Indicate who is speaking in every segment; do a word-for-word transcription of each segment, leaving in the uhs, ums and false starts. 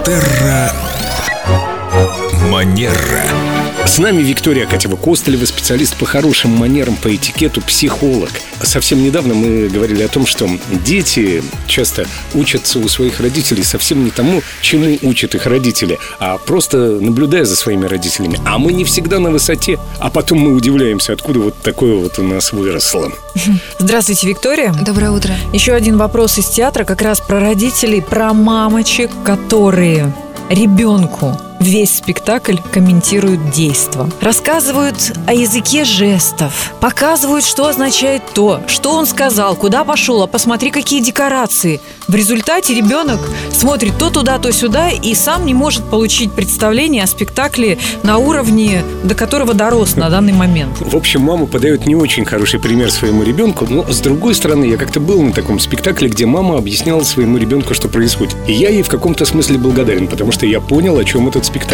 Speaker 1: Терра Манера.
Speaker 2: С нами Виктория Акатьева-Костылева, специалист по хорошим манерам, по этикету, психолог. Совсем недавно мы говорили о том, что дети часто учатся у своих родителей совсем не тому, чему учат их родители, а просто наблюдая за своими родителями. А мы не всегда на высоте, а потом мы удивляемся, откуда вот такое вот у нас выросло.
Speaker 3: Здравствуйте, Виктория.
Speaker 4: Доброе утро.
Speaker 3: Еще один вопрос из театра как раз про родителей, про мамочек, которые ребенку весь спектакль комментируют действо. Рассказывают о языке жестов. Показывают, что означает то, что он сказал, куда пошел, а посмотри, какие декорации. В результате ребенок смотрит то туда, то сюда и сам не может получить представление о спектакле на уровне, до которого дорос на данный момент.
Speaker 2: В общем, мама подает не очень хороший пример своему ребенку, но с другой стороны, я как-то был на таком спектакле, где мама объясняла своему ребенку, что происходит. И я ей в каком-то смысле благодарен, потому что я понял, о чем этот спектакль.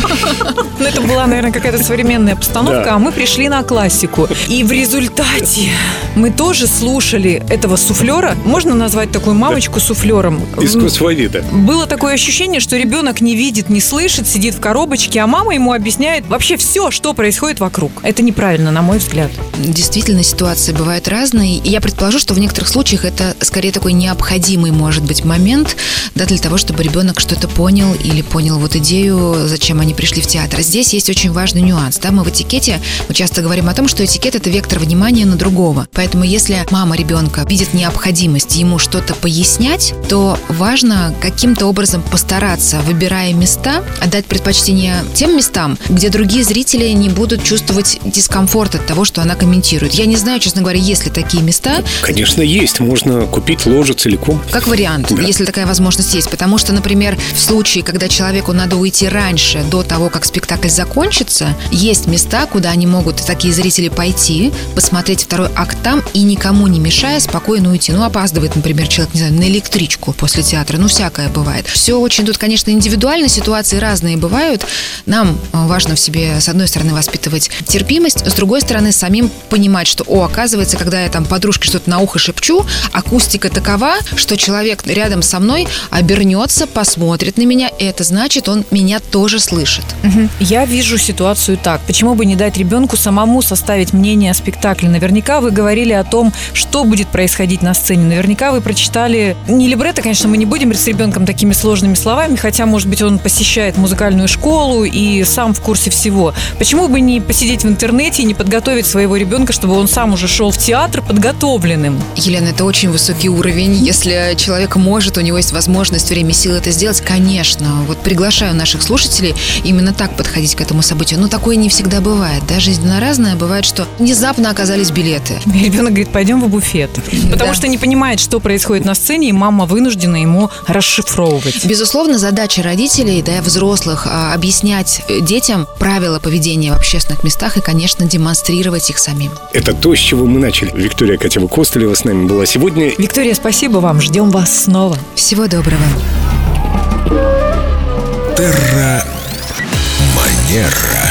Speaker 3: Ну, это была, наверное, какая-то современная постановка,
Speaker 2: Да.
Speaker 3: а мы пришли на классику. И в результате мы тоже слушали этого суфлера. Можно назвать такую мамочку суфлером?
Speaker 2: Искусствоведа.
Speaker 3: Было такое ощущение, что ребенок не видит, не слышит, сидит в коробочке, а мама ему объясняет вообще все, что происходит вокруг. Это неправильно, на мой взгляд.
Speaker 4: Действительно, ситуации бывают разные. И я предположу, что в некоторых случаях это скорее такой необходимый, может быть, момент, да, для того, чтобы ребенок что-то понял или понял вот идею, зачем они пришли в театр. Здесь есть очень важный нюанс. Да? Мы в этикете, мы часто говорим о том, что этикет – это вектор внимания на другого. Поэтому если мама ребенка видит необходимость ему что-то пояснять, то важно каким-то образом постараться, выбирая места, отдать предпочтение тем местам, где другие зрители не будут чувствовать дискомфорт от того, что она комментирует. Я не знаю, честно говоря, есть ли такие места.
Speaker 2: Конечно, есть. Можно купить ложу целиком.
Speaker 4: Как вариант,
Speaker 2: Да.
Speaker 4: если такая возможность есть. Потому что, например, в случае, когда человеку надо уйти раньше, до того, как спектакль закончится, есть места, куда они могут, такие зрители, пойти, посмотреть второй акт там и никому не мешая спокойно уйти. Ну, опаздывает, например, человек, не знаю, на электричку после театра. Ну, всякое бывает. Все очень тут, конечно, индивидуально, ситуации разные бывают. Нам важно в себе, с одной стороны, воспитывать терпимость, с другой стороны, самим понимать, что, о, оказывается, когда я там подружке что-то на ухо шепчу, акустика такова, что человек рядом со мной обернется, посмотрит на меня, и это значит, он меня тоже слышит.
Speaker 3: Мгм. Я вижу ситуацию так. Почему бы не дать ребенку самому составить мнение о спектакле? Наверняка вы говорили о том, что будет происходить на сцене. Наверняка вы прочитали... Не либретто, конечно, мы не будем с ребенком такими сложными словами, хотя, может быть, он посещает музыкальную школу и сам в курсе всего. Почему бы не посидеть в интернете и не подготовить своего ребенка, чтобы он сам уже шел в театр подготовленным?
Speaker 4: Елена, это очень высокий уровень. Если человек может, у него есть возможность, время, силы это сделать, конечно. Вот приглашаю наших слушателей именно так подходить к этому событию. Но такое не всегда бывает. Да, жизнь она разная. Бывает, что внезапно оказались билеты.
Speaker 3: И ребенок говорит, пойдем в буфет. Потому
Speaker 4: Да.
Speaker 3: что не понимает, что происходит на сцене, и мама вынуждена ему расшифровывать.
Speaker 4: Безусловно, задача родителей, да, и взрослых а, объяснять детям правила поведения в общественных местах и, конечно, демонстрировать их самим.
Speaker 2: Это то, с чего мы начали. Виктория Акатьева-Костылева с нами была сегодня.
Speaker 3: Виктория, спасибо вам. Ждем вас снова.
Speaker 4: Всего доброго.
Speaker 1: Терра Манера.